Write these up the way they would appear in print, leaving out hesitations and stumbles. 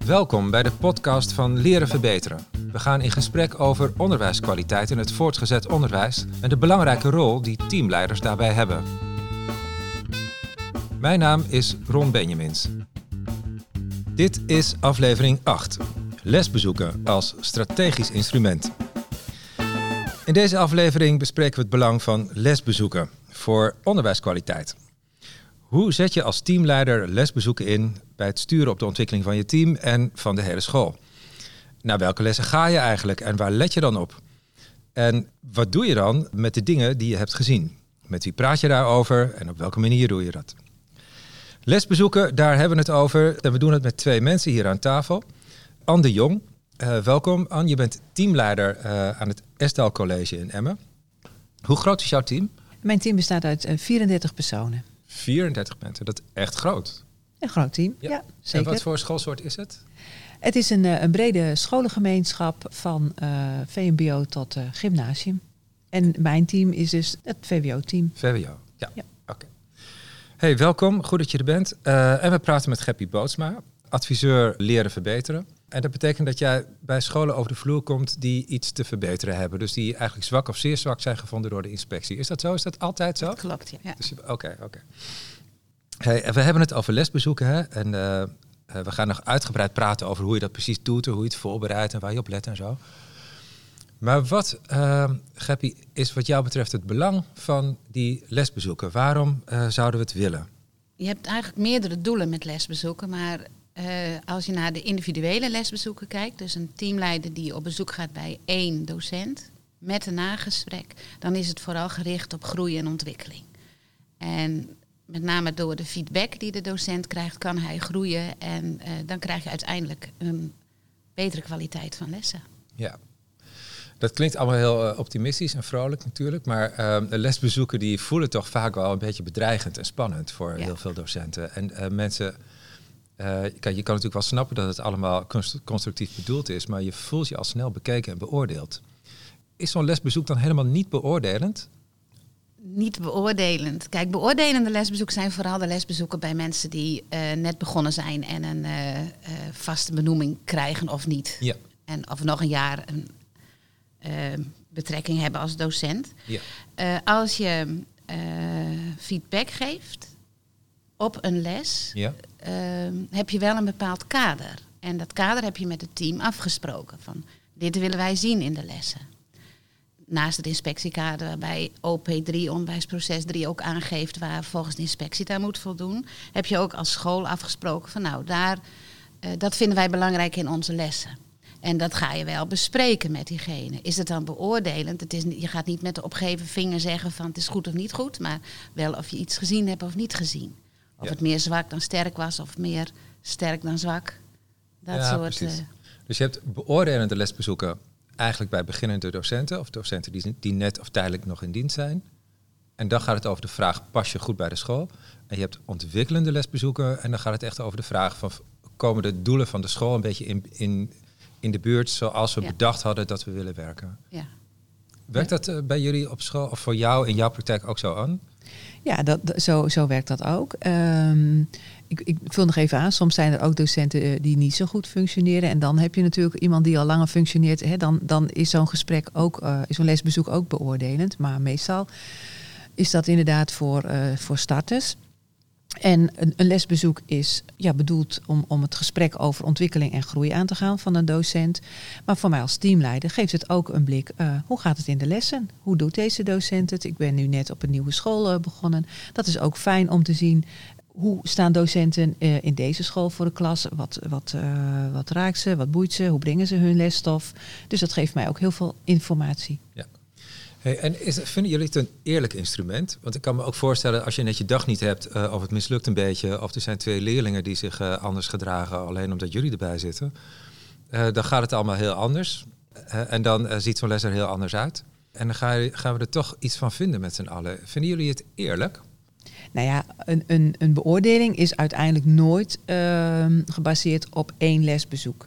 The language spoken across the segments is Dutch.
Welkom bij de podcast van Leren Verbeteren. We gaan in gesprek over onderwijskwaliteit in het voortgezet onderwijs en de belangrijke rol die teamleiders daarbij hebben. Mijn naam is Ron Benjamins. Dit is aflevering 8. Lesbezoeken als strategisch instrument. In deze aflevering bespreken we het belang van lesbezoeken voor onderwijskwaliteit. Hoe zet je als teamleider lesbezoeken in bij het sturen op de ontwikkeling van je team en van de hele school? Naar welke lessen ga je eigenlijk en waar let je dan op? En wat doe je dan met de dingen die je hebt gezien? Met wie praat je daarover en op welke manier doe je dat? Lesbezoeken, daar hebben we het over. En we doen het met 2 mensen hier aan tafel. Anne de Jong, welkom. Anne, je bent teamleider aan het Esdaal College in Emmen. Hoe groot is jouw team? Mijn team bestaat uit 34 personen. 34 mensen, dat is echt groot. Een groot team, ja zeker. En wat voor schoolsoort is het? Het is een brede scholengemeenschap van VMBO tot gymnasium. En mijn team is dus het VWO-team. VWO, ja. Oké. Hey, welkom. Goed dat je er bent. En we praten met Geppie Bootsma, adviseur Leren Verbeteren. En dat betekent dat jij bij scholen over de vloer komt die iets te verbeteren hebben. Dus die eigenlijk zwak of zeer zwak zijn gevonden door de inspectie. Is dat zo? Is dat altijd zo? Dat klopt, ja. Dus, Oké. Hey, we hebben het over lesbezoeken, hè? En we gaan nog uitgebreid praten over hoe je dat precies doet, hoe je het voorbereidt en waar je op let en zo. Maar wat, Geppie, is wat jou betreft het belang van die lesbezoeken? Waarom zouden we het willen? Je hebt eigenlijk meerdere doelen met lesbezoeken, maar als je naar de individuele lesbezoeken kijkt, dus een teamleider die op bezoek gaat bij 1 docent met een nagesprek, dan is het vooral gericht op groei en ontwikkeling. En met name door de feedback die de docent krijgt, kan hij groeien en dan krijg je uiteindelijk een betere kwaliteit van lessen. Ja. Dat klinkt allemaal heel optimistisch en vrolijk natuurlijk, maar de lesbezoeken die voelen toch vaak wel een beetje bedreigend en spannend voor heel veel docenten. En mensen, je kan natuurlijk wel snappen dat het allemaal constructief bedoeld is, maar je voelt je al snel bekeken en beoordeeld. Is zo'n lesbezoek dan helemaal niet beoordelend? Niet beoordelend. Kijk, beoordelende lesbezoeken zijn vooral de lesbezoeken bij mensen die net begonnen zijn en een vaste benoeming krijgen of niet. Ja. En of nog een jaar een betrekking hebben als docent. Ja. Als je feedback geeft op een les, heb je wel een bepaald kader. En dat kader heb je met het team afgesproken. Van dit willen wij zien in de lessen. Naast het inspectiekader waarbij OP3, onderwijsproces 3, ook aangeeft waar volgens de inspectie daar moet voldoen, heb je ook als school afgesproken van nou, dat vinden wij belangrijk in onze lessen. En dat ga je wel bespreken met diegene. Is het dan beoordelend? Je gaat niet met de opgeven vinger zeggen van het is goed of niet goed, maar wel of je iets gezien hebt of niet gezien. Of het meer zwak dan sterk was of meer sterk dan zwak. Dat soort. Precies. Dus je hebt beoordelende lesbezoeken eigenlijk bij beginnende docenten of docenten die net of tijdelijk nog in dienst zijn. En dan gaat het over de vraag, pas je goed bij de school? En je hebt ontwikkelende lesbezoeken en dan gaat het echt over de vraag van, komen de doelen van de school een beetje in de buurt zoals we bedacht hadden dat we willen werken? Ja. Werkt dat bij jullie op school of voor jou in jouw praktijk ook zo aan? Ja, zo werkt dat ook. Ik vul nog even aan, soms zijn er ook docenten die niet zo goed functioneren. En dan heb je natuurlijk iemand die al langer functioneert. Hè, dan is zo'n gesprek ook, is zo'n lesbezoek ook beoordelend. Maar meestal is dat inderdaad voor starters. En een lesbezoek is bedoeld om het gesprek over ontwikkeling en groei aan te gaan van een docent. Maar voor mij als teamleider geeft het ook een blik. Hoe gaat het in de lessen? Hoe doet deze docent het? Ik ben nu net op een nieuwe school begonnen. Dat is ook fijn om te zien. Hoe staan docenten in deze school voor de klas? Wat raakt ze? Wat boeit ze? Hoe brengen ze hun lesstof? Dus dat geeft mij ook heel veel informatie. Ja. Hey, en vinden jullie het een eerlijk instrument? Want ik kan me ook voorstellen, als je net je dag niet hebt, of het mislukt een beetje, of er zijn 2 leerlingen die zich anders gedragen, alleen omdat jullie erbij zitten, dan gaat het allemaal heel anders. En dan ziet zo'n les er heel anders uit. En dan gaan we er toch iets van vinden met z'n allen. Vinden jullie het eerlijk? Nou ja, een beoordeling is uiteindelijk nooit gebaseerd op 1 lesbezoek.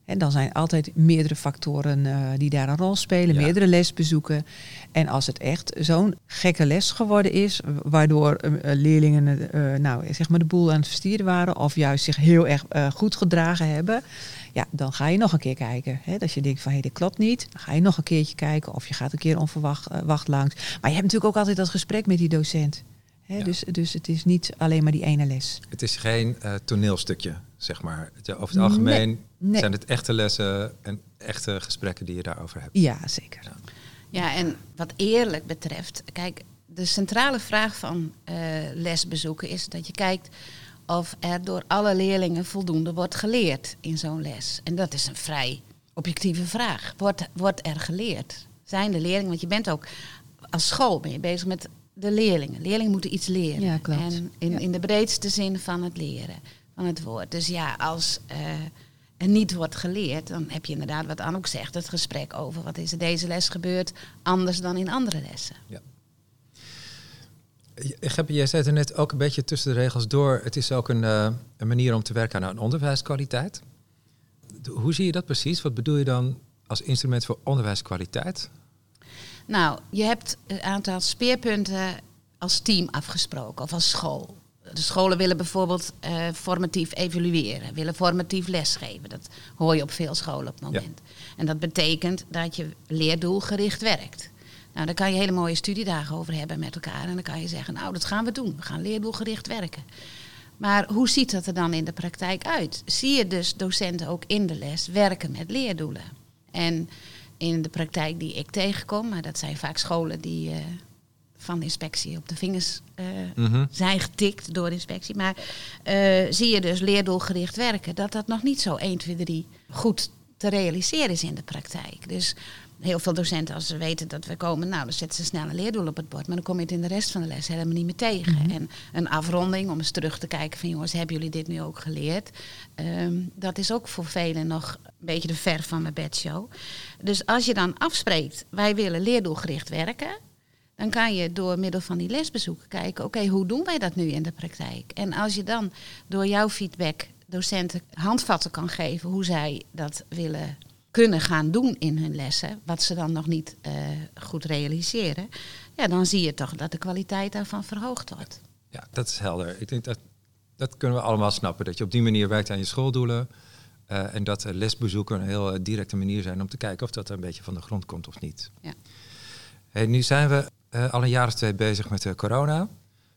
En dan zijn altijd meerdere factoren die daar een rol spelen, meerdere lesbezoeken. En als het echt zo'n gekke les geworden is, waardoor leerlingen de boel aan het verstieren waren of juist zich heel erg goed gedragen hebben, ja, dan ga je nog een keer kijken. Hè? Als je denkt van dit klopt niet, dan ga je nog een keertje kijken of je gaat een keer onverwacht langs. Maar je hebt natuurlijk ook altijd dat gesprek met die docent. Hè? Ja. Dus het is niet alleen maar die ene les. Het is geen toneelstukje, zeg maar. Over het algemeen zijn het echte lessen en echte gesprekken die je daarover hebt. Ja, zeker. Ja, en wat eerlijk betreft, kijk, de centrale vraag van lesbezoeken is dat je kijkt of er door alle leerlingen voldoende wordt geleerd in zo'n les. En dat is een vrij objectieve vraag. Wordt er geleerd? Zijn de leerlingen, want je bent ook als school ben je bezig met de leerlingen. Leerlingen moeten iets leren. Ja, klopt. En in de breedste zin van het leren, van het woord. Dus ja, als er niet wordt geleerd, dan heb je inderdaad wat Anouk zegt, het gesprek over wat is er deze les gebeurd, anders dan in andere lessen. Ja. Jij zei het net ook een beetje tussen de regels door. Het is ook een manier om te werken aan onderwijskwaliteit. Hoe zie je dat precies? Wat bedoel je dan als instrument voor onderwijskwaliteit? Nou, je hebt een aantal speerpunten als team afgesproken of als school. De scholen willen bijvoorbeeld formatief evalueren, willen formatief lesgeven. Dat hoor je op veel scholen op het moment. Ja. En dat betekent dat je leerdoelgericht werkt. Nou, daar kan je hele mooie studiedagen over hebben met elkaar. En dan kan je zeggen, nou, dat gaan we doen. We gaan leerdoelgericht werken. Maar hoe ziet dat er dan in de praktijk uit? Zie je dus docenten ook in de les werken met leerdoelen? En in de praktijk die ik tegenkom, maar dat zijn vaak scholen die van de inspectie op de vingers zijn getikt door de inspectie. Maar zie je dus leerdoelgericht werken, dat nog niet zo 1, 2, 3 goed te realiseren is in de praktijk. Dus heel veel docenten, als ze weten dat we komen, nou, dan zetten ze snel een leerdoel op het bord. Maar dan kom je het in de rest van de les helemaal niet meer tegen. Mm-hmm. En een afronding om eens terug te kijken van, jongens, hebben jullie dit nu ook geleerd? Dat is ook voor velen nog een beetje de ver van mijn bedshow. Dus als je dan afspreekt, wij willen leerdoelgericht werken, dan kan je door middel van die lesbezoeken kijken, oké, hoe doen wij dat nu in de praktijk? En als je dan door jouw feedback docenten handvatten kan geven hoe zij dat willen kunnen gaan doen in hun lessen, wat ze dan nog niet goed realiseren, ja, dan zie je toch dat de kwaliteit daarvan verhoogd wordt. Ja, dat is helder. Ik denk dat kunnen we allemaal snappen, dat je op die manier werkt aan je schooldoelen en dat lesbezoeken een heel directe manier zijn om te kijken of dat er een beetje van de grond komt of niet. Ja. Hey, nu zijn we al een jaar of 2 bezig met corona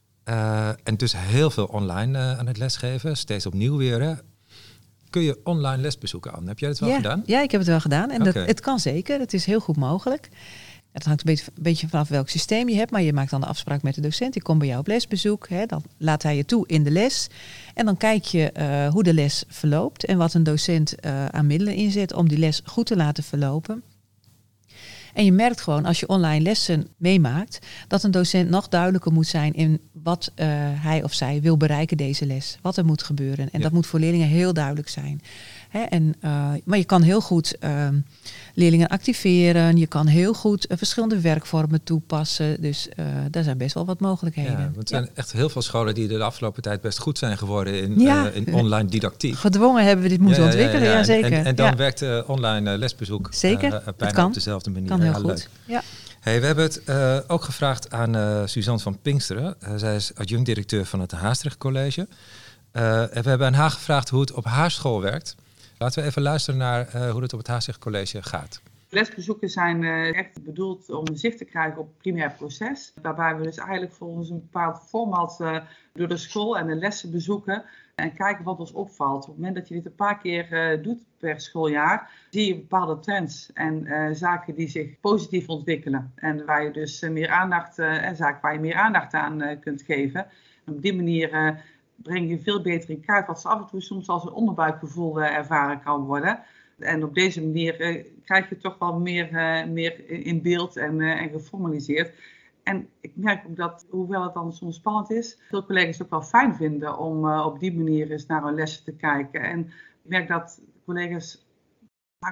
en dus heel veel online aan het lesgeven, steeds opnieuw weer. Hè? Kun je online lesbezoeken aan? Heb jij het wel gedaan? Ja, ik heb het wel gedaan. En het kan zeker. Het is heel goed mogelijk. Het hangt een beetje vanaf welk systeem je hebt. Maar je maakt dan de afspraak met de docent. Ik kom bij jou op lesbezoek. Hè, dan laat hij je toe in de les. En dan kijk je hoe de les verloopt. En wat een docent aan middelen inzet om die les goed te laten verlopen. En je merkt gewoon als je online lessen meemaakt, dat een docent nog duidelijker moet zijn in wat hij of zij wil bereiken deze les. Wat er moet gebeuren. En dat moet voor leerlingen heel duidelijk zijn. Maar je kan heel goed leerlingen activeren. Je kan heel goed verschillende werkvormen toepassen. Dus daar zijn best wel wat mogelijkheden. Ja, want er zijn echt heel veel scholen die de afgelopen tijd best goed zijn geworden in online didactiek. Gedwongen hebben we dit moeten ontwikkelen, ja zeker. En dan werkt online lesbezoek bijna op dezelfde manier. Kan heel goed. Leuk. Ja. Hey, we hebben het ook gevraagd aan Suzanne van Pinksteren. Zij is adjunct-directeur van het Haastrecht College. En we hebben aan haar gevraagd hoe het op haar school werkt. Laten we even luisteren naar hoe het op het Haastrecht College gaat. Lesbezoeken zijn echt bedoeld om zicht te krijgen op het primair proces. Waarbij we dus eigenlijk volgens een bepaald format door de school en de lessen bezoeken. En kijken wat ons opvalt. Op het moment dat je dit een paar keer doet per schooljaar, zie je bepaalde trends en zaken die zich positief ontwikkelen. En waar je dus meer aandacht, zaken waar je meer aandacht aan kunt geven. En op die manier breng je veel beter in kaart wat ze af en toe soms als een onderbuikgevoel ervaren kan worden. En op deze manier krijg je toch wel meer in beeld en geformaliseerd. En ik merk ook dat, hoewel het dan soms spannend is, veel collega's het ook wel fijn vinden om op die manier eens naar hun lessen te kijken. En ik merk dat collega's vaak ook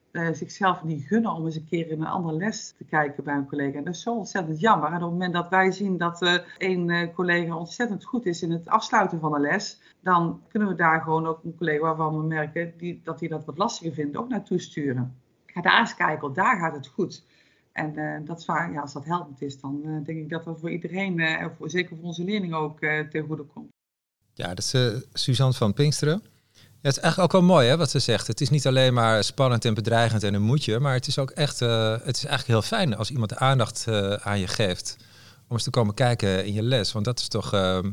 zichzelf niet gunnen om eens een keer in een andere les te kijken bij een collega. En dat is zo ontzettend jammer. En op het moment dat wij zien dat een collega ontzettend goed is in het afsluiten van een les, dan kunnen we daar gewoon ook een collega waarvan we merken dat hij dat wat lastiger vindt, ook naartoe sturen. Ga daar eens kijken, want daar gaat het goed. En dat is waar, ja, als dat helpend is, dan denk ik dat dat voor iedereen, zeker voor onze leerlingen ook, ten goede komt. Ja, dat is Suzanne van Pinksteren. Ja, het is eigenlijk ook wel mooi hè, wat ze zegt. Het is niet alleen maar spannend en bedreigend en een moedje, maar het is ook echt, het is eigenlijk heel fijn als iemand de aandacht aan je geeft om eens te komen kijken in je les. Want dat is toch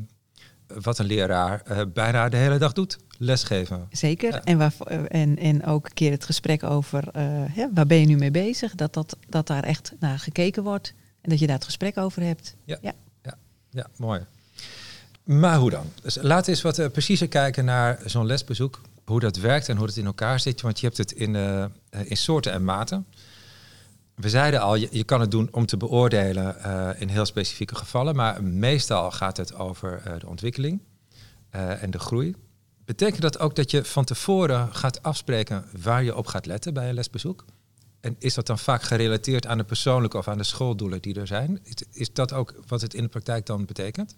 wat een leraar bijna de hele dag doet, lesgeven. Zeker, Ja. En ook een keer het gesprek over waar ben je nu mee bezig, dat daar echt naar gekeken wordt en dat je daar het gesprek over hebt. Ja, mooi. Maar hoe dan? Dus laten we eens wat preciezer kijken naar zo'n lesbezoek. Hoe dat werkt en hoe het in elkaar zit. Want je hebt het in soorten en maten. We zeiden al, je kan het doen om te beoordelen in heel specifieke gevallen. Maar meestal gaat het over de ontwikkeling en de groei. Betekent dat ook dat je van tevoren gaat afspreken waar je op gaat letten bij een lesbezoek? En is dat dan vaak gerelateerd aan de persoonlijke of aan de schooldoelen die er zijn? Is dat ook wat het in de praktijk dan betekent?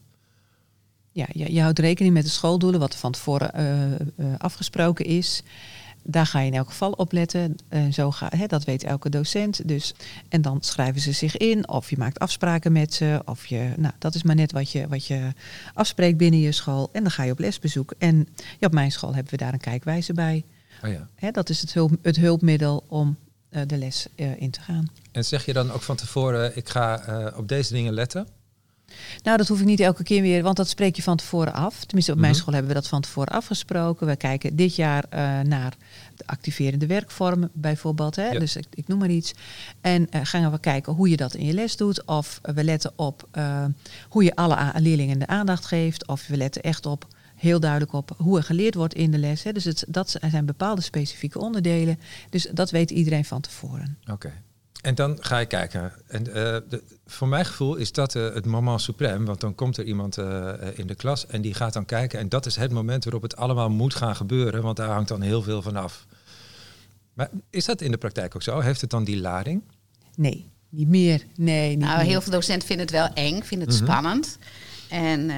Ja, je houdt rekening met de schooldoelen, wat er van tevoren afgesproken is. Daar ga je in elk geval op letten. Dat weet elke docent. Dus, en dan schrijven ze zich in, of je maakt afspraken met ze. Dat is maar net wat je afspreekt binnen je school. En dan ga je op lesbezoek. En op mijn school hebben we daar een kijkwijze bij. Oh ja. Dat is het hulpmiddel om de les in te gaan. En zeg je dan ook van tevoren, ik ga op deze dingen letten? Nou, dat hoef ik niet elke keer weer, want dat spreek je van tevoren af. Tenminste, op mijn school hebben we dat van tevoren afgesproken. We kijken dit jaar naar de activerende werkvormen bijvoorbeeld. Hè? Ja. Dus ik noem maar iets. En gaan we kijken hoe je dat in je les doet. Of we letten op hoe je alle leerlingen de aandacht geeft. Of we letten echt op, heel duidelijk op, hoe er geleerd wordt in de les. Hè? Dus dat zijn bepaalde specifieke onderdelen. Dus dat weet iedereen van tevoren. Oké. En dan ga je kijken. En voor mijn gevoel is dat het moment suprême. Want dan komt er iemand in de klas en die gaat dan kijken. En dat is het moment waarop het allemaal moet gaan gebeuren. Want daar hangt dan heel veel van af. Maar is dat in de praktijk ook zo? Heeft het dan die lading? Nee, niet meer. Nee, niet meer. Heel veel docenten vinden het wel eng, vinden het spannend. En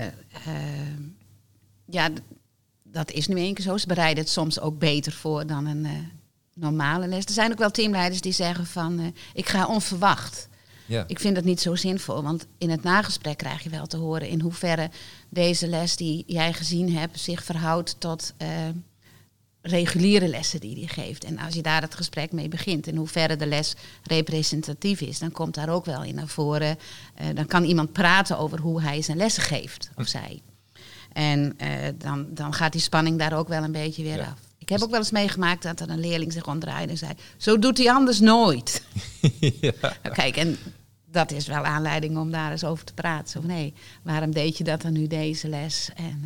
dat is nu één keer zo. Ze bereiden het soms ook beter voor dan een normale les. Er zijn ook wel teamleiders die zeggen van, ik ga onverwacht. Ja. Ik vind dat niet zo zinvol, want in het nagesprek krijg je wel te horen in hoeverre deze les die jij gezien hebt zich verhoudt tot reguliere lessen die hij geeft. En als je daar het gesprek mee begint, in hoeverre de les representatief is, dan komt daar ook wel in naar voren. Dan kan iemand praten over hoe hij zijn lessen geeft, of zij. En dan gaat die spanning daar ook wel een beetje weer af. Ik heb ook wel eens meegemaakt dat er een leerling zich omdraaide en zei, zo doet hij anders nooit. Ja. Nou, kijk, en dat is wel aanleiding om daar eens over te praten. Zo, nee, waarom deed je dat dan nu deze les?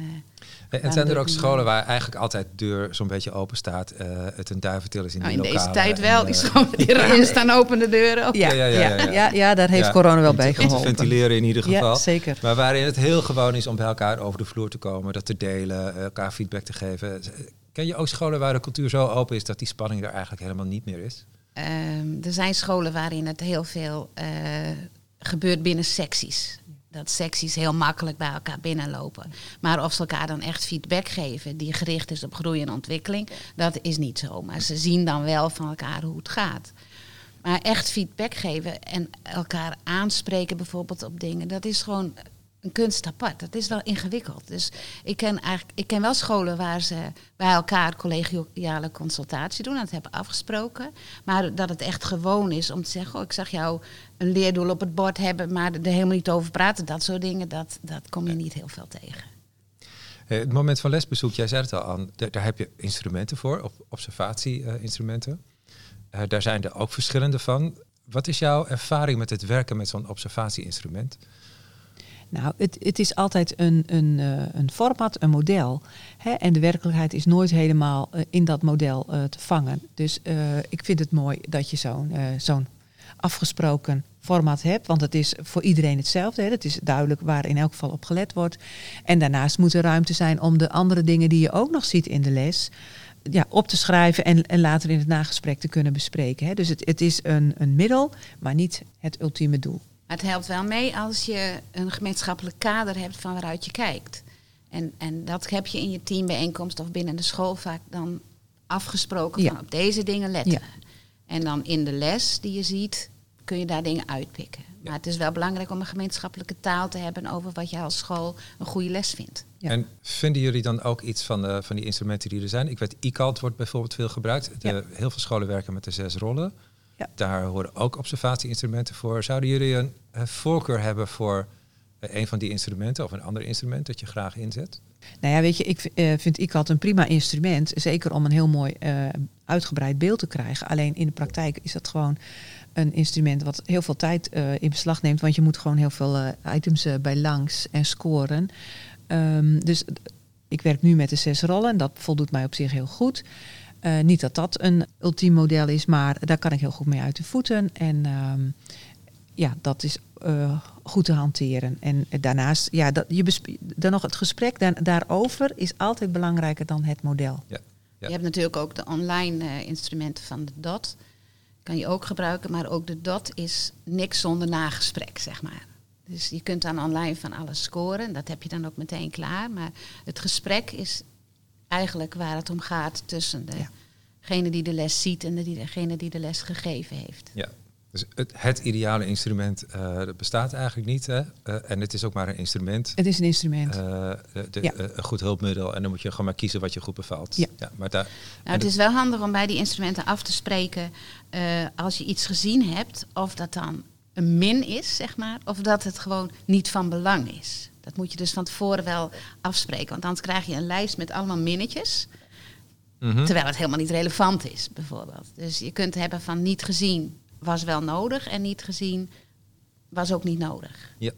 En zijn er ook scholen waar eigenlijk altijd de deur zo'n beetje open staat? Het een duiventil is in die lokale. In deze tijd wel. Die ramen staan open, de deuren. Ja, daar heeft corona wel bij geholpen. Om te ventileren in ieder geval. Ja, zeker. Maar waarin het heel gewoon is om bij elkaar over de vloer te komen, dat te delen, elkaar feedback te geven. Ken je ook scholen waar de cultuur zo open is dat die spanning er eigenlijk helemaal niet meer is? Er zijn scholen waarin het heel veel gebeurt binnen secties. Dat secties heel makkelijk bij elkaar binnenlopen. Maar of ze elkaar dan echt feedback geven die gericht is op groei en ontwikkeling, dat is niet zo. Maar ze zien dan wel van elkaar hoe het gaat. Maar echt feedback geven en elkaar aanspreken bijvoorbeeld op dingen, dat is gewoon een kunst apart. Dat is wel ingewikkeld. Dus ik ken wel scholen waar ze bij elkaar collegiale consultatie doen. Dat hebben afgesproken. Maar dat het echt gewoon is om te zeggen, ik zag jou een leerdoel op het bord hebben, maar er helemaal niet over praten. Dat soort dingen, dat kom je niet heel veel tegen. Het moment van lesbezoek, jij zei het al aan, daar heb je instrumenten voor, observatie-instrumenten. Daar zijn er ook verschillende van. Wat is jouw ervaring met het werken met zo'n observatie-instrument? Nou, het is altijd een format, een model. Hè? En de werkelijkheid is nooit helemaal in dat model te vangen. Dus ik vind het mooi dat je zo'n afgesproken format hebt. Want het is voor iedereen hetzelfde. Hè? Het is duidelijk waar in elk geval op gelet wordt. En daarnaast moet er ruimte zijn om de andere dingen die je ook nog ziet in de les op te schrijven en later in het nagesprek te kunnen bespreken. Hè. Dus het is een middel, maar niet het ultieme doel. Maar het helpt wel mee als je een gemeenschappelijk kader hebt van waaruit je kijkt. En dat heb je in je teambijeenkomst of binnen de school vaak dan afgesproken van op deze dingen letten. Ja. En dan in de les die je ziet, kun je daar dingen uitpikken. Maar het is wel belangrijk om een gemeenschappelijke taal te hebben over wat je als school een goede les vindt. Ja. En vinden jullie dan ook iets van die instrumenten die er zijn? Ik weet, e-cult wordt bijvoorbeeld veel gebruikt. Heel veel scholen werken met de 6 rollen. Ja. Daar horen ook observatieinstrumenten voor. Zouden jullie een voorkeur hebben voor een van die instrumenten of een ander instrument dat je graag inzet? Nou ja, weet je, ik vind e-cult een prima instrument. Zeker om een heel mooi uitgebreid beeld te krijgen. Alleen in de praktijk is dat gewoon een instrument wat heel veel tijd in beslag neemt. Want je moet gewoon heel veel items bij langs en scoren. Dus ik werk nu met de 6 rollen en dat voldoet mij op zich heel goed. Niet dat dat een ultiem model is, maar daar kan ik heel goed mee uit de voeten. En dat is goed te hanteren. En daarnaast, dan nog het gesprek daarover is altijd belangrijker dan het model. Ja. Ja. Je hebt natuurlijk ook de online instrumenten van de DOT. Kan je ook gebruiken, maar ook de DOT is niks zonder nagesprek, zeg maar. Dus je kunt dan online van alles scoren. Dat heb je dan ook meteen klaar. Maar het gesprek is eigenlijk waar het om gaat tussen degene die de les ziet en degene die de les gegeven heeft. Ja, dus het ideale instrument dat bestaat eigenlijk niet. Hè? En het is ook maar een instrument. Het is een instrument. Een goed hulpmiddel. En dan moet je gewoon maar kiezen wat je goed bevalt. Ja. Ja, maar het is wel handig om bij die instrumenten af te spreken als je iets gezien hebt, of dat dan een min is, zeg maar, of dat het gewoon niet van belang is. Dat moet je dus van tevoren wel afspreken. Want anders krijg je een lijst met allemaal minnetjes. Mm-hmm. Terwijl het helemaal niet relevant is, bijvoorbeeld. Dus je kunt hebben van niet gezien was wel nodig en niet gezien was ook niet nodig. Ja.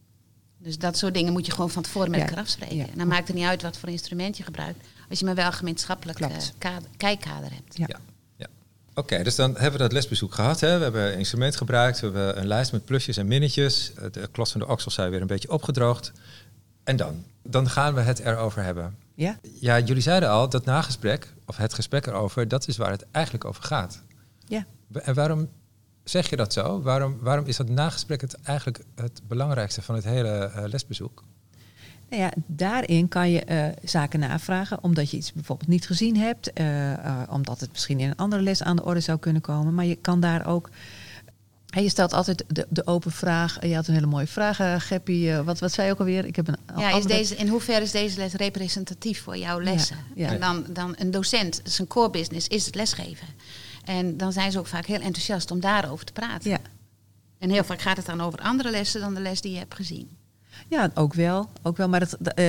Dus dat soort dingen moet je gewoon van tevoren met elkaar afspreken. Ja. En dan maakt het niet uit wat voor instrument je gebruikt, als je maar wel een gemeenschappelijk kijkkader hebt. Ja. Oké, dus dan hebben we dat lesbezoek gehad. Hè? We hebben een instrument gebruikt. We hebben een lijst met plusjes en minnetjes. De klos van de oksel zijn weer een beetje opgedroogd. En dan gaan we het erover hebben. Ja? Ja, jullie zeiden al, dat nagesprek, of het gesprek erover, dat is waar het eigenlijk over gaat. Ja. En waarom zeg je dat zo? Waarom is dat nagesprek eigenlijk het belangrijkste van het hele lesbezoek? Nou ja, daarin kan je zaken navragen, omdat je iets bijvoorbeeld niet gezien hebt, omdat het misschien in een andere les aan de orde zou kunnen komen. Maar je kan daar ook, je stelt altijd de open vraag. Je had een hele mooie vraag, Geppie. Wat zei je ook alweer? Ik heb in hoeverre is deze les representatief voor jouw lessen? Ja. En dan een docent, zijn core business is het lesgeven. En dan zijn ze ook vaak heel enthousiast om daarover te praten. Ja. En heel vaak gaat het dan over andere lessen dan de les die je hebt gezien. Ja, ook wel. Maar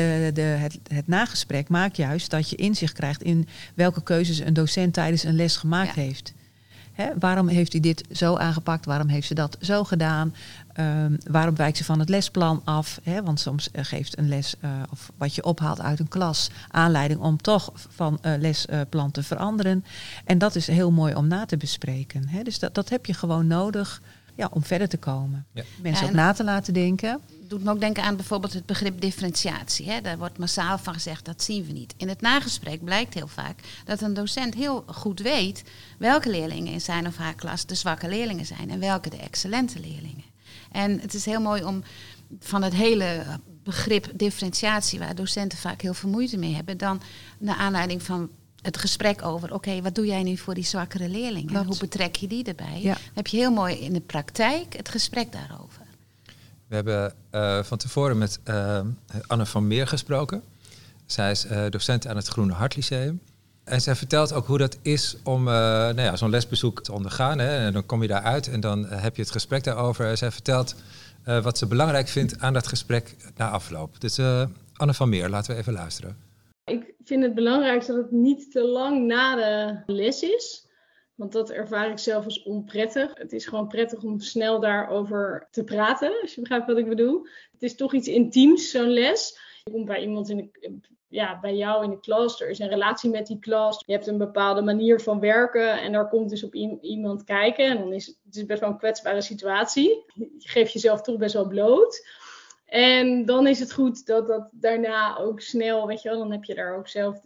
het nagesprek maakt juist dat je inzicht krijgt in welke keuzes een docent tijdens een les gemaakt heeft. Hè, waarom heeft hij dit zo aangepakt? Waarom heeft ze dat zo gedaan? Waarom wijkt ze van het lesplan af? Hè, want soms geeft een les of wat je ophaalt uit een klas aanleiding om toch van lesplan te veranderen. En dat is heel mooi om na te bespreken. Hè. Dus dat heb je gewoon nodig om verder te komen. Ja. Mensen ook na te laten denken. Doet me ook denken aan bijvoorbeeld het begrip differentiatie. Hè. Daar wordt massaal van gezegd, dat zien we niet. In het nagesprek blijkt heel vaak dat een docent heel goed weet welke leerlingen in zijn of haar klas de zwakke leerlingen zijn en welke de excellente leerlingen. En het is heel mooi om van het hele begrip differentiatie, waar docenten vaak heel veel moeite mee hebben, dan naar aanleiding van het gesprek over, oké, wat doe jij nu voor die zwakkere leerlingen? En hoe betrek je die erbij? Ja. Dan heb je heel mooi in de praktijk het gesprek daarover. We hebben van tevoren met Anne van Meer gesproken. Zij is docent aan het Groene Hart Lyceum. En zij vertelt ook hoe dat is om zo'n lesbezoek te ondergaan. Hè. En dan kom je daaruit en dan heb je het gesprek daarover. Zij vertelt wat ze belangrijk vindt aan dat gesprek na afloop. Dus Anne van Meer, laten we even luisteren. Ik vind het belangrijk dat het niet te lang na de les is. Want dat ervaar ik zelf als onprettig. Het is gewoon prettig om snel daarover te praten, als je begrijpt wat ik bedoel. Het is toch iets intiems, zo'n les. Je komt bij iemand bij jou in de klas, er is een relatie met die klas. Je hebt een bepaalde manier van werken en daar komt dus op iemand kijken. En dan is het best wel een kwetsbare situatie. Je geeft jezelf toch best wel bloot. En dan is het goed dat dat daarna ook snel, weet je wel, dan heb je daar ook zelf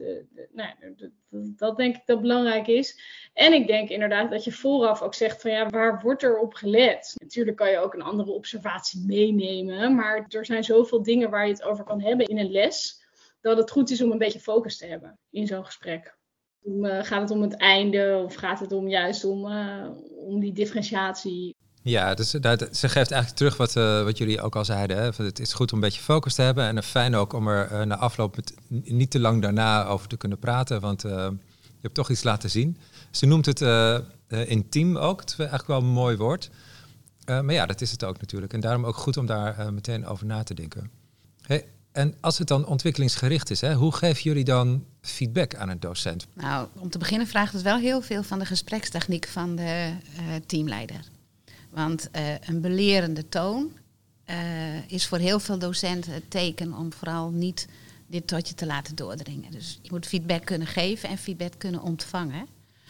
dat denk ik dat belangrijk is. En ik denk inderdaad dat je vooraf ook zegt van ja, waar wordt er op gelet? Natuurlijk kan je ook een andere observatie meenemen, maar er zijn zoveel dingen waar je het over kan hebben in een les, dat het goed is om een beetje focus te hebben in zo'n gesprek. Gaat het om het einde of gaat het juist om die differentiatie? Ja, dus ze geeft eigenlijk terug wat jullie ook al zeiden. Hè? Het is goed om een beetje focus te hebben. En fijn ook om er na afloop niet te lang daarna over te kunnen praten. Want je hebt toch iets laten zien. Ze noemt het intiem ook. Het is eigenlijk wel een mooi woord. Maar ja, dat is het ook natuurlijk. En daarom ook goed om daar meteen over na te denken. Hey, en als het dan ontwikkelingsgericht is, hè, hoe geven jullie dan feedback aan een docent? Nou, om te beginnen vraagt het wel heel veel van de gesprekstechniek van de teamleider. Want een belerende toon is voor heel veel docenten het teken om vooral niet dit tot je te laten doordringen. Dus je moet feedback kunnen geven en feedback kunnen ontvangen.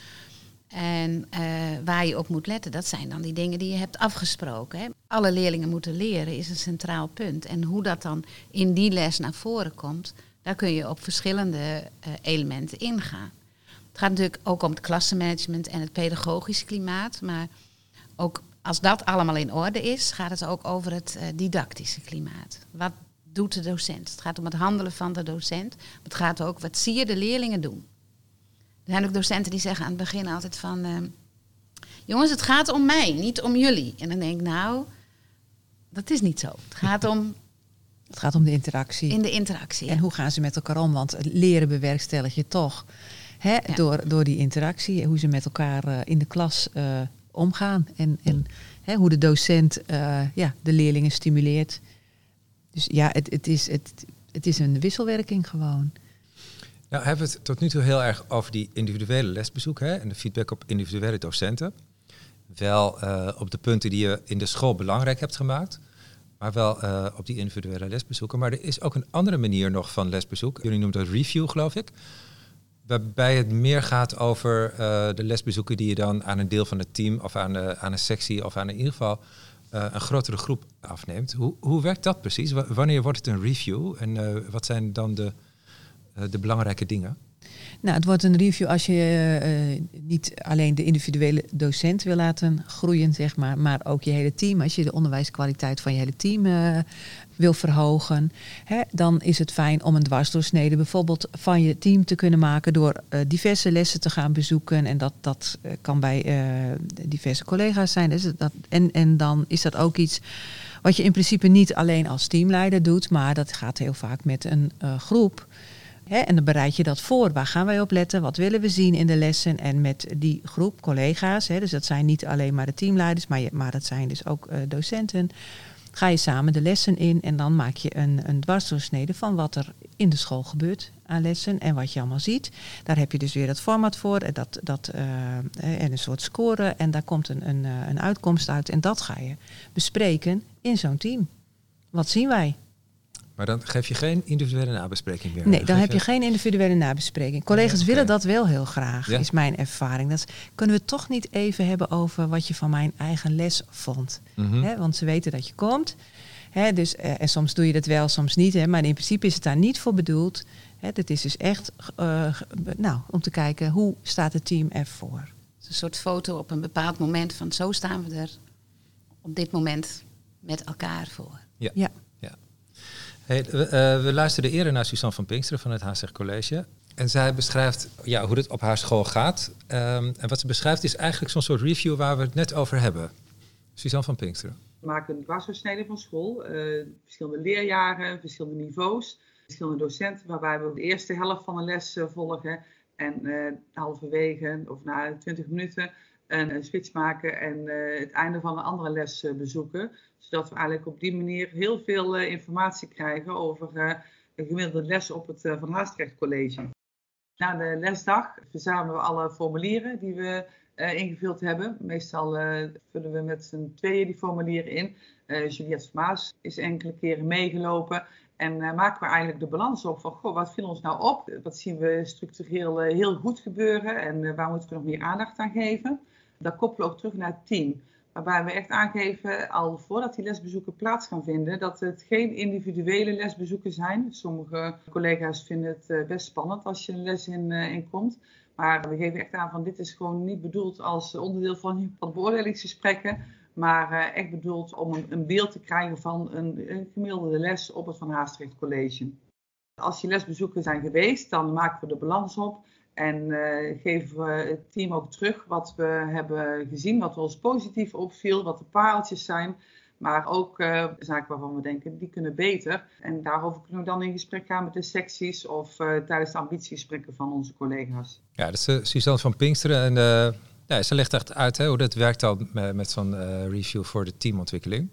En waar je op moet letten, dat zijn dan die dingen die je hebt afgesproken. Hè. Alle leerlingen moeten leren is een centraal punt. En hoe dat dan in die les naar voren komt, daar kun je op verschillende elementen ingaan. Het gaat natuurlijk ook om het klassenmanagement en het pedagogisch klimaat, maar ook als dat allemaal in orde is, gaat het ook over het didactische klimaat. Wat doet de docent? Het gaat om het handelen van de docent. Maar het gaat ook, wat zie je de leerlingen doen? Er zijn ook docenten die zeggen aan het begin altijd van jongens, het gaat om mij, niet om jullie. En dan denk ik, nou, dat is niet zo. Het gaat om de interactie. In de interactie. En hoe gaan ze met elkaar om? Want het leren bewerkstellig je toch door die interactie. Hoe ze met elkaar in de klas omgaan. En hoe de docent de leerlingen stimuleert. Dus ja, het is een wisselwerking gewoon. Nou hebben we het tot nu toe heel erg over die individuele lesbezoek en de feedback op individuele docenten. Wel op de punten die je in de school belangrijk hebt gemaakt, maar wel op die individuele lesbezoeken. Maar er is ook een andere manier nog van lesbezoek. Jullie noemen dat review, geloof ik. Waarbij het meer gaat over de lesbezoeken die je dan aan een deel van het team of aan een sectie of aan in ieder geval een grotere groep afneemt. Hoe werkt dat precies? Wanneer wordt het een review en wat zijn dan de belangrijke dingen? Nou, het wordt een review als je niet alleen de individuele docent wil laten groeien, zeg maar ook je hele team. Als je de onderwijskwaliteit van je hele team wil verhogen, dan is het fijn om een dwarsdoorsnede bijvoorbeeld van je team te kunnen maken door diverse lessen te gaan bezoeken. En dat kan bij diverse collega's zijn. Dus en dan is dat ook iets wat je in principe niet alleen als teamleider doet, maar dat gaat heel vaak met een groep. En dan bereid je dat voor. Waar gaan wij op letten? Wat willen we zien in de lessen? En met die groep collega's, dus dat zijn niet alleen maar de teamleiders, maar dat zijn dus ook docenten. Ga je samen de lessen in en dan maak je een dwarsdoorsnede van wat er in de school gebeurt aan lessen en wat je allemaal ziet. Daar heb je dus weer dat format voor en een soort score en daar komt een uitkomst uit en dat ga je bespreken in zo'n team. Wat zien wij? Maar dan geef je geen individuele nabespreking meer? Nee, dan heb je geen individuele nabespreking. Collega's willen dat wel heel graag, is mijn ervaring. Dat kunnen we toch niet even hebben over wat je van mijn eigen les vond. Mm-hmm. Want ze weten dat je komt. Dus, en soms doe je dat wel, soms niet. Maar in principe is het daar niet voor bedoeld. Het is dus echt om te kijken, hoe staat het team ervoor? Het is een soort foto op een bepaald moment van zo staan we er op dit moment met elkaar voor. Ja. Hey, we luisterden eerder naar Suzanne van Pinksteren van het HSG College. En zij beschrijft hoe het op haar school gaat. En wat ze beschrijft is eigenlijk zo'n soort review waar we het net over hebben. Suzanne van Pinksteren. We maken een dwarsdoorsnede van school. Verschillende leerjaren, verschillende niveaus. Verschillende docenten waarbij we de eerste helft van de les volgen. En halverwege of na 20 minuten een switch maken en het einde van een andere les bezoeken. Zodat we eigenlijk op die manier heel veel informatie krijgen over de gemiddelde les op het Van Haastrecht College. Na de lesdag verzamelen we alle formulieren die we ingevuld hebben. Meestal vullen we met z'n tweeën die formulieren in. Juliette Maas is enkele keren meegelopen. En maken we eigenlijk de balans op van, wat viel ons nou op? Wat zien we structureel heel goed gebeuren? En waar moeten we nog meer aandacht aan geven? Dat koppelen we ook terug naar het team. Waarbij we echt aangeven, al voordat die lesbezoeken plaats gaan vinden, dat het geen individuele lesbezoeken zijn. Sommige collega's vinden het best spannend als je een les in komt. Maar we geven echt aan van dit is gewoon niet bedoeld als onderdeel van beoordelingsgesprekken. Maar echt bedoeld om een beeld te krijgen van een gemiddelde les op het Van Haastrecht College. Als die lesbezoeken zijn geweest, dan maken we de balans op. En geven we het team ook terug wat we hebben gezien, wat ons positief opviel, wat de pareltjes zijn. Maar ook zaken waarvan we denken, die kunnen beter. En daarover kunnen we dan in gesprek gaan met de secties of tijdens de ambitiegesprekken van onze collega's. Ja, dat is Suzanne van Pinksteren. En ze legt echt uit hoe dat werkt dan met zo'n review voor de teamontwikkeling.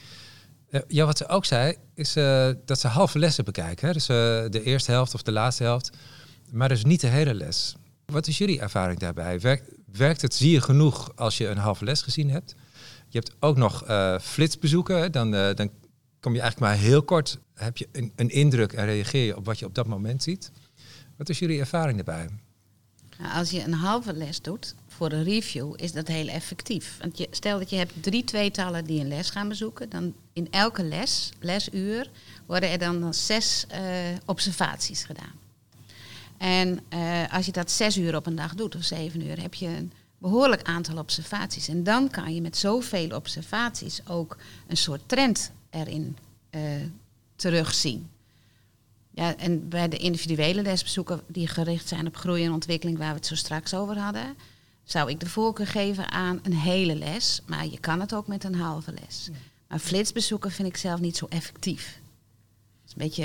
Ja, wat ze ook zei, is dat ze halve lessen bekijken. Hè? Dus de eerste helft of de laatste helft. Maar dus niet de hele les. Wat is jullie ervaring daarbij? Werkt het, zie je genoeg als je een halve les gezien hebt? Je hebt ook nog flitsbezoeken. Hè? Dan kom je eigenlijk maar heel kort, heb je een indruk en reageer je op wat je op dat moment ziet. Wat is jullie ervaring daarbij? Nou, als je een halve les doet voor een review, is dat heel effectief. Want stel dat je hebt 3 tweetallen die een les gaan bezoeken. Dan in elke lesuur, worden er dan 6 observaties gedaan. En als je dat 6 uur op een dag doet, of 7 uur, heb je een behoorlijk aantal observaties. En dan kan je met zoveel observaties ook een soort trend erin terugzien. Ja, en bij de individuele lesbezoeken die gericht zijn op groei en ontwikkeling, waar we het zo straks over hadden, zou ik de voorkeur geven aan een hele les. Maar je kan het ook met een halve les. Ja. Maar flitsbezoeken vind ik zelf niet zo effectief. Het is een beetje...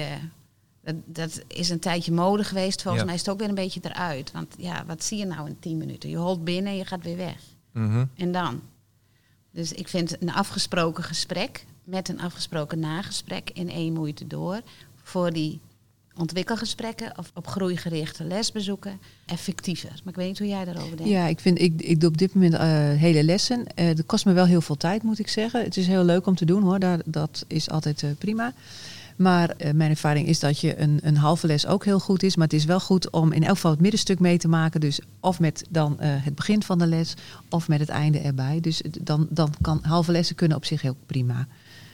Dat is een tijdje mode geweest. Volgens mij is het ook weer een beetje eruit. Want ja, wat zie je nou in 10 minuten? Je holt binnen en je gaat weer weg. Mm-hmm. En dan? Dus ik vind een afgesproken gesprek met een afgesproken nagesprek in 1 moeite door voor die ontwikkelgesprekken of op groeigerichte lesbezoeken effectiever. Maar ik weet niet hoe jij daarover denkt. Ja, ik doe op dit moment hele lessen. Dat kost me wel heel veel tijd, moet ik zeggen. Het is heel leuk om te doen, hoor. Dat is altijd prima. Maar mijn ervaring is dat je een halve les ook heel goed is. Maar het is wel goed om in elk geval het middenstuk mee te maken. Dus of met dan het begin van de les of met het einde erbij. Dus dan kan halve lessen kunnen op zich heel prima.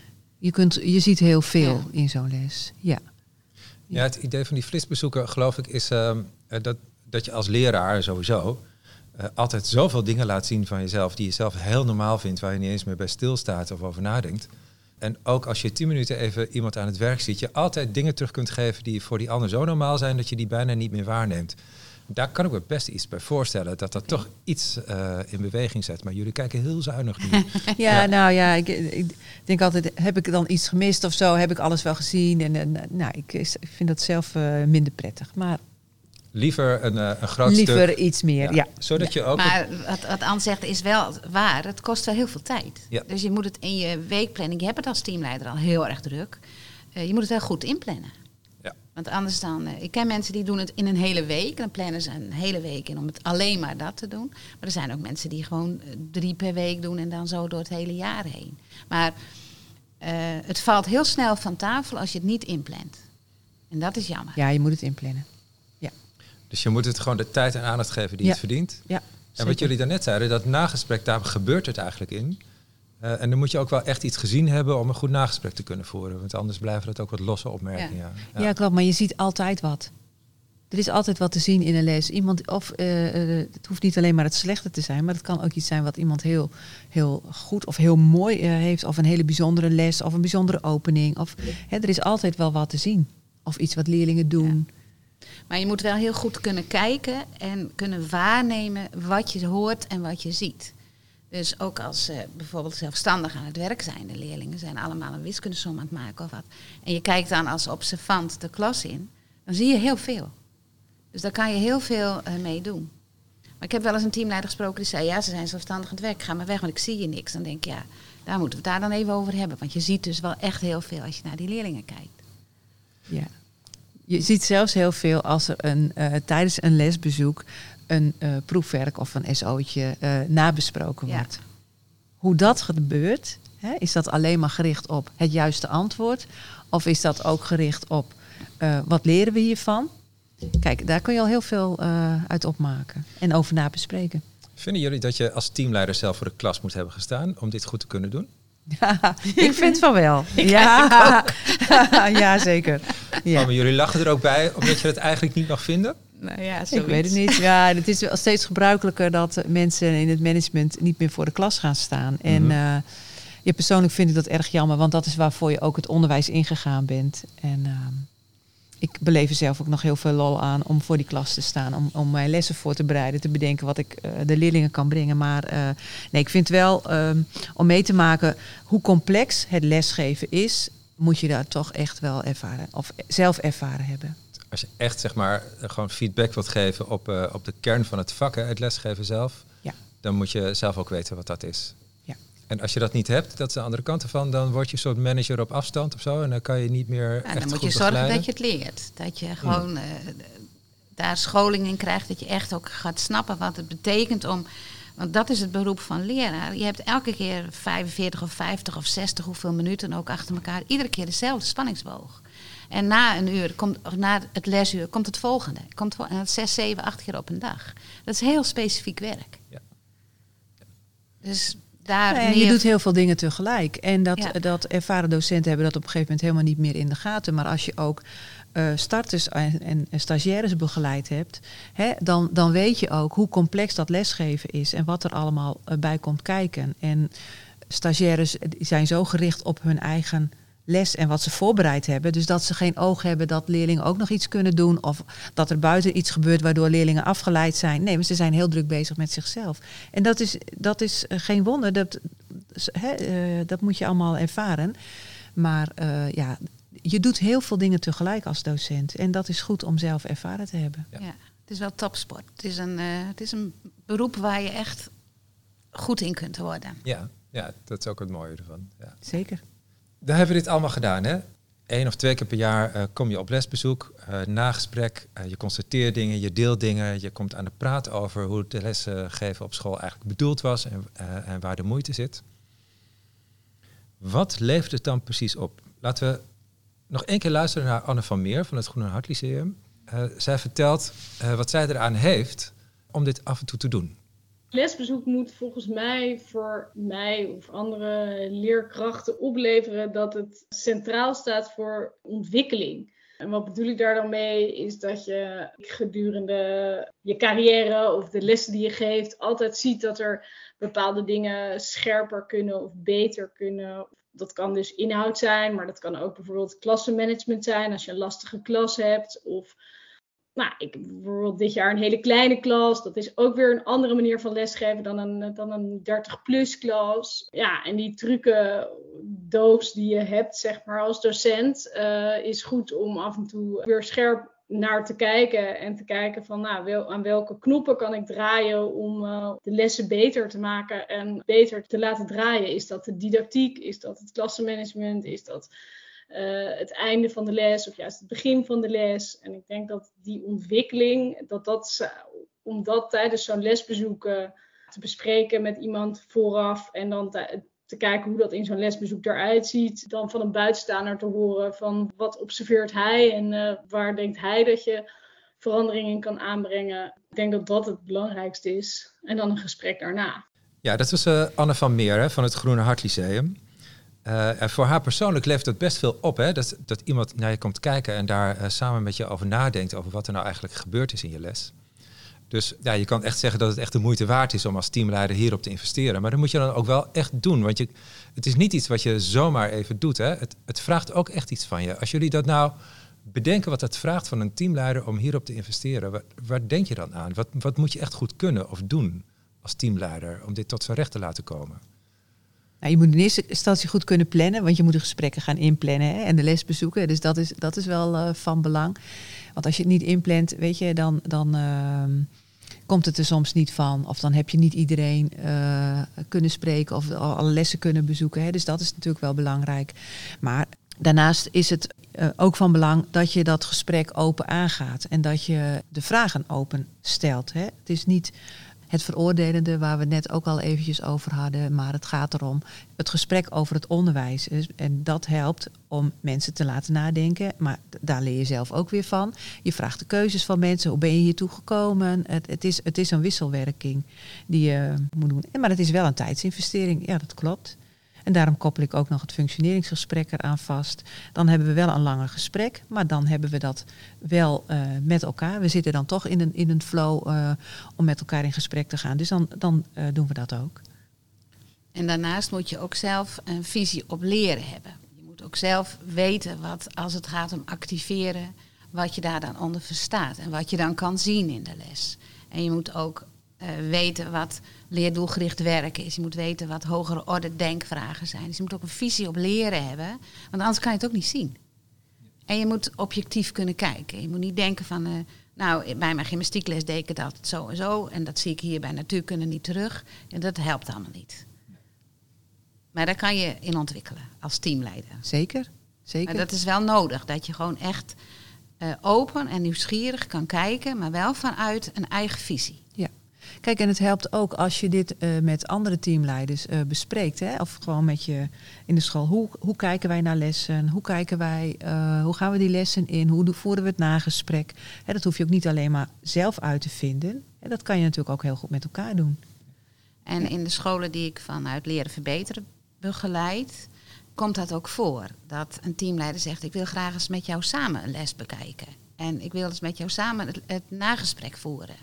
Je ziet heel veel in zo'n les. Ja. Ja, het idee van die flitsbezoeken, geloof ik, is dat je als leraar sowieso altijd zoveel dingen laat zien van jezelf die je zelf heel normaal vindt, waar je niet eens meer bij stilstaat of over nadenkt. En ook als je 10 minuten even iemand aan het werk ziet, je altijd dingen terug kunt geven die voor die ander zo normaal zijn dat je die bijna niet meer waarneemt. Daar kan ik me best iets bij voorstellen, dat toch iets in beweging zet. Maar jullie kijken heel zuinig nu. Ik denk altijd, heb ik dan iets gemist of zo? Heb ik alles wel gezien? En ik vind dat zelf minder prettig. Maar liever een groot liever stuk. Iets meer, ja. Zodat je ook... Maar wat Anne zegt is wel waar. Het kost wel heel veel tijd. Ja. Dus je moet het in je weekplanning... Je hebt het als teamleider al heel erg druk. Je moet het wel goed inplannen. Ja. Want anders dan... ik ken mensen die doen het in een hele week. Dan plannen ze een hele week in om het alleen maar dat te doen. Maar er zijn ook mensen die gewoon 3 per week doen... en dan zo door het hele jaar heen. Maar het valt heel snel van tafel als je het niet inplant. En dat is jammer. Ja, je moet het inplannen. Dus je moet het gewoon de tijd en aandacht geven die het verdient. Ja, en wat jullie daarnet zeiden, dat nagesprek, daar gebeurt het eigenlijk in. En dan moet je ook wel echt iets gezien hebben om een goed nagesprek te kunnen voeren. Want anders blijven het ook wat losse opmerkingen. Ja, klopt. Maar je ziet altijd wat. Er is altijd wat te zien in een les. Het hoeft niet alleen maar het slechte te zijn, maar het kan ook iets zijn wat iemand heel, heel goed of heel mooi heeft. Of een hele bijzondere les of een bijzondere opening. Er is altijd wel wat te zien. Of iets wat leerlingen doen. Ja. Maar je moet wel heel goed kunnen kijken en kunnen waarnemen wat je hoort en wat je ziet. Dus ook als bijvoorbeeld zelfstandig aan het werk zijn, de leerlingen zijn allemaal een wiskundesom aan het maken of wat. En je kijkt dan als observant de klas in, dan zie je heel veel. Dus daar kan je heel veel mee doen. Maar ik heb wel eens een teamleider gesproken die zei, ja, ze zijn zelfstandig aan het werk, ga maar weg, want ik zie je niks. Dan denk ik, ja, daar moeten we het daar dan even over hebben. Want je ziet dus wel echt heel veel als je naar die leerlingen kijkt. Ja. Je ziet zelfs heel veel als er tijdens een lesbezoek een proefwerk of een SO'tje nabesproken wordt. Hoe dat gebeurt, is dat alleen maar gericht op het juiste antwoord? Of is dat ook gericht op wat leren we hiervan? Kijk, daar kun je al heel veel uit opmaken en over nabespreken. Vinden jullie dat je als teamleider zelf voor de klas moet hebben gestaan om dit goed te kunnen doen? Ja, ik vind van wel. Ja, zeker. Ja. Maar jullie lachen er ook bij, omdat je het eigenlijk niet mag vinden? Nou ja, ik weet het niet. Ja, het is wel steeds gebruikelijker dat mensen in het management niet meer voor de klas gaan staan. En persoonlijk vind ik dat erg jammer, want dat is waarvoor je ook het onderwijs ingegaan bent. En ik beleef er zelf ook nog heel veel lol aan om voor die klas te staan. Om mijn lessen voor te bereiden, te bedenken wat ik de leerlingen kan brengen. Maar ik vind wel, om mee te maken hoe complex het lesgeven is, moet je daar toch echt wel ervaren. Of zelf ervaren hebben. Als je echt zeg maar gewoon feedback wilt geven op de kern van het vak, het lesgeven zelf, dan moet je zelf ook weten wat dat is. Ja. En als je dat niet hebt, dat is de andere kant ervan, dan word je een soort manager op afstand of zo. En dan kan je niet meer echt goed dan moet je begeleiden. zorgen dat je het leert. Dat je gewoon daar scholing in krijgt. Dat je echt ook gaat snappen wat het betekent om... Want dat is het beroep van leraar. Je hebt elke keer 45 of 50 of 60, hoeveel minuten ook achter elkaar. Iedere keer dezelfde spanningsboog. En na een uur, na het lesuur, komt het volgende. En dat 6, 7, 8 keer op een dag. Dat is heel specifiek werk. Ja. Dus daar je doet heel veel dingen tegelijk. En dat ervaren docenten hebben dat op een gegeven moment helemaal niet meer in de gaten. Maar als je ook starters en stagiaires begeleid hebt, dan weet je ook hoe complex dat lesgeven is en wat er allemaal bij komt kijken. En stagiaires zijn zo gericht op hun eigen les en wat ze voorbereid hebben. Dus dat ze geen oog hebben dat leerlingen ook nog iets kunnen doen. Of dat er buiten iets gebeurt waardoor leerlingen afgeleid zijn. Nee, maar ze zijn heel druk bezig met zichzelf. En dat is geen wonder. Dat moet je allemaal ervaren. Maar je doet heel veel dingen tegelijk als docent. En dat is goed om zelf ervaren te hebben. Ja, het is wel topsport. Het is een beroep waar je echt goed in kunt worden. Ja, dat is ook het mooie ervan. Ja. Zeker. Dan hebben we dit allemaal gedaan, hè? 1 of 2 keer per jaar kom je op lesbezoek, nagesprek, je constateert dingen, je deelt dingen, je komt aan de praat over hoe de lesgeven op school eigenlijk bedoeld was en waar de moeite zit. Wat levert het dan precies op? Laten we nog 1 keer luisteren naar Anne van Meer van het Groene Hart Lyceum. Zij vertelt wat zij eraan heeft om dit af en toe te doen. Lesbezoek moet volgens mij voor mij of andere leerkrachten opleveren dat het centraal staat voor ontwikkeling. En wat bedoel ik daar dan mee is dat je gedurende je carrière of de lessen die je geeft altijd ziet dat er bepaalde dingen scherper kunnen of beter kunnen. Dat kan dus inhoud zijn, maar dat kan ook bijvoorbeeld klassenmanagement zijn als je een lastige klas hebt. Of ik heb bijvoorbeeld dit jaar een hele kleine klas. Dat is ook weer een andere manier van lesgeven dan een 30-plus klas. Ja, en die trucendoos die je hebt, zeg maar, als docent, is goed om af en toe weer scherp naar te kijken. En te kijken van, aan welke knoppen kan ik draaien om de lessen beter te maken en beter te laten draaien. Is dat de didactiek? Is dat het klassenmanagement? Is dat het einde van de les of juist het begin van de les? En ik denk dat die ontwikkeling, om dat tijdens zo'n lesbezoek te bespreken met iemand vooraf en dan te kijken hoe dat in zo'n lesbezoek eruit ziet, dan van een buitenstaander te horen van wat observeert hij en waar denkt hij dat je verandering in kan aanbrengen. Ik denk dat dat het belangrijkste is. En dan een gesprek daarna. Ja, dat was Anne van Meer van het Groene Hart Lyceum. En voor haar persoonlijk levert het best veel op, hè? Dat iemand naar je komt kijken en daar samen met je over nadenkt over wat er nou eigenlijk gebeurd is in je les. Dus ja, je kan echt zeggen dat het echt de moeite waard is om als teamleider hierop te investeren. Maar dat moet je dan ook wel echt doen. Want het is niet iets wat je zomaar even doet. Hè? Het vraagt ook echt iets van je. Als jullie dat nou bedenken wat het vraagt van een teamleider om hierop te investeren. Waar denk je dan aan? Wat moet je echt goed kunnen of doen als teamleider om dit tot zijn recht te laten komen? Je moet in eerste instantie goed kunnen plannen, want je moet de gesprekken gaan inplannen en de lesbezoeken. Dus dat is wel van belang. Want als je het niet inplant, weet je, dan komt het er soms niet van. Of dan heb je niet iedereen kunnen spreken of alle lessen kunnen bezoeken. Hè. Dus dat is natuurlijk wel belangrijk. Maar daarnaast is het ook van belang dat je dat gesprek open aangaat. En dat je de vragen open stelt. Hè. Het is niet het veroordelende waar we net ook al eventjes over hadden. Maar het gaat erom het gesprek over het onderwijs. En dat helpt om mensen te laten nadenken. Maar daar leer je zelf ook weer van. Je vraagt de keuzes van mensen. Hoe ben je hiertoe gekomen? Het is een wisselwerking die je moet doen. Maar het is wel een tijdsinvestering. Ja, dat klopt. En daarom koppel ik ook nog het functioneringsgesprek eraan vast. Dan hebben we wel een langer gesprek, maar dan hebben we dat wel met elkaar. We zitten dan toch in een flow om met elkaar in gesprek te gaan. Dus dan doen we dat ook. En daarnaast moet je ook zelf een visie op leren hebben. Je moet ook zelf weten wat, als het gaat om activeren, wat je daar dan onder verstaat. En wat je dan kan zien in de les. En je moet ook weten wat leerdoelgericht werken is. Je moet weten wat hogere orde denkvragen zijn. Dus je moet ook een visie op leren hebben. Want anders kan je het ook niet zien. En je moet objectief kunnen kijken. Je moet niet denken van, bij mijn gymnastiekles deed ik dat zo en zo. En dat zie ik hier bij natuurkunde niet terug. En dat helpt allemaal niet. Maar daar kan je in ontwikkelen als teamleider. Zeker. Maar dat is wel nodig. Dat je gewoon echt open en nieuwsgierig kan kijken. Maar wel vanuit een eigen visie. Ja. Kijk, en het helpt ook als je dit met andere teamleiders bespreekt. Hè? Of gewoon met je in de school. Hoe kijken wij naar lessen? Hoe gaan we die lessen in? Hoe voeren we het nagesprek? Hè, dat hoef je ook niet alleen maar zelf uit te vinden. En dat kan je natuurlijk ook heel goed met elkaar doen. En in de scholen die ik vanuit Leren Verbeteren begeleid, komt dat ook voor. Dat een teamleider zegt, ik wil graag eens met jou samen een les bekijken. En ik wil eens met jou samen het nagesprek voeren.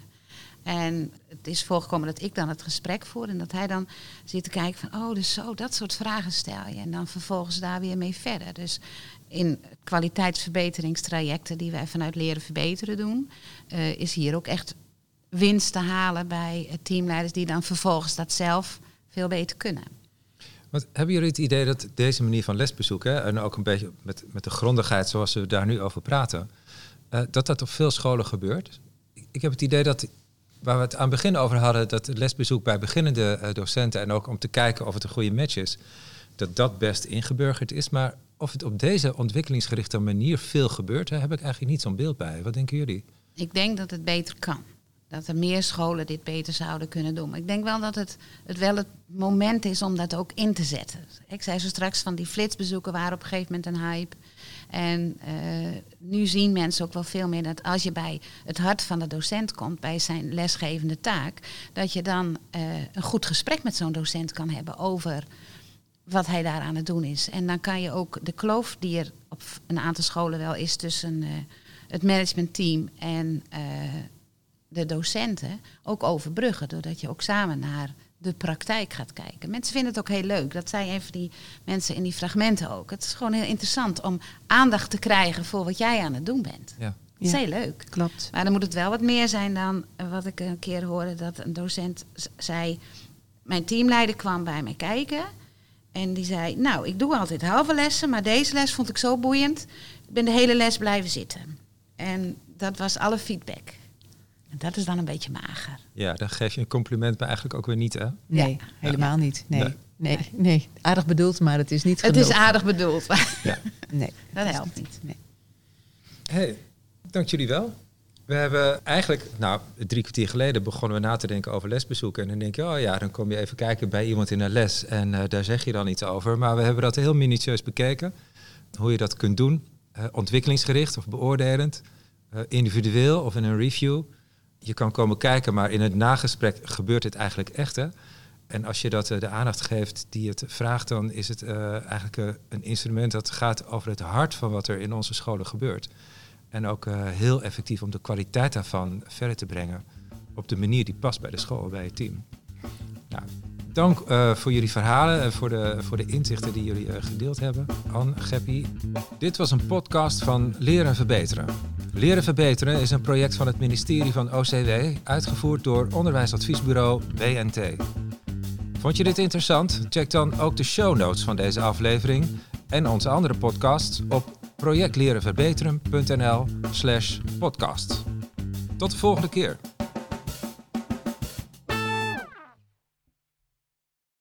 En het is voorgekomen dat ik dan het gesprek voer en dat hij dan zit te kijken van, dus zo, dat soort vragen stel je. En dan vervolgens daar weer mee verder. Dus in kwaliteitsverbeteringstrajecten die wij vanuit Leren Verbeteren doen, is hier ook echt winst te halen bij teamleiders die dan vervolgens dat zelf veel beter kunnen. Want hebben jullie het idee dat deze manier van lesbezoek, en ook een beetje met de grondigheid zoals we daar nu over praten, dat op veel scholen gebeurt? Ik heb het idee dat, waar we het aan het begin over hadden, dat het lesbezoek bij beginnende docenten en ook om te kijken of het een goede match is, dat best ingeburgerd is. Maar of het op deze ontwikkelingsgerichte manier veel gebeurt, daar heb ik eigenlijk niet zo'n beeld bij. Wat denken jullie? Ik denk dat het beter kan. Dat er meer scholen dit beter zouden kunnen doen. Maar ik denk wel dat het wel het moment is om dat ook in te zetten. Ik zei zo straks van die flitsbezoeken waren op een gegeven moment een hype. En nu zien mensen ook wel veel meer dat als je bij het hart van de docent komt, bij zijn lesgevende taak, dat je dan een goed gesprek met zo'n docent kan hebben over wat hij daar aan het doen is. En dan kan je ook de kloof die er op een aantal scholen wel is tussen het managementteam en de docenten ook overbruggen, doordat je ook samen naar de praktijk gaat kijken. Mensen vinden het ook heel leuk. Dat zei een van die mensen in die fragmenten ook. Het is gewoon heel interessant om aandacht te krijgen voor wat jij aan het doen bent. Ja. Dat is heel leuk. Klopt. Maar dan moet het wel wat meer zijn dan wat ik een keer hoorde, dat een docent zei, mijn teamleider kwam bij mij kijken en die zei, ik doe altijd halve lessen, maar deze les vond ik zo boeiend. Ik ben de hele les blijven zitten. En dat was alle feedback. En dat is dan een beetje mager. Ja, dan geef je een compliment, maar eigenlijk ook weer niet, hè? Nee, helemaal niet. Nee. Aardig bedoeld, maar het is niet genoeg. Het is aardig bedoeld. Ja. Nee. Dat helpt niet. Nee. Hey, dank jullie wel. We hebben eigenlijk, 3 kwartier geleden begonnen we na te denken over lesbezoeken. En dan denk je, dan kom je even kijken bij iemand in een les en daar zeg je dan iets over. Maar we hebben dat heel minutieus bekeken. Hoe je dat kunt doen. Ontwikkelingsgericht of beoordelend. Individueel of in een review. Je kan komen kijken, maar in het nagesprek gebeurt het eigenlijk echt. Hè? En als je dat de aandacht geeft die het vraagt, dan is het eigenlijk een instrument dat gaat over het hart van wat er in onze scholen gebeurt. En ook heel effectief om de kwaliteit daarvan verder te brengen op de manier die past bij de school, bij het team. Nou, dank voor jullie verhalen en voor de inzichten die jullie gedeeld hebben. Anne, Geppie. Dit was een podcast van Leren Verbeteren. Leren Verbeteren is een project van het ministerie van OCW, uitgevoerd door onderwijsadviesbureau BNT. Vond je dit interessant? Check dan ook de show notes van deze aflevering en onze andere podcasts op projectlerenverbeteren.nl/podcast. Tot de volgende keer.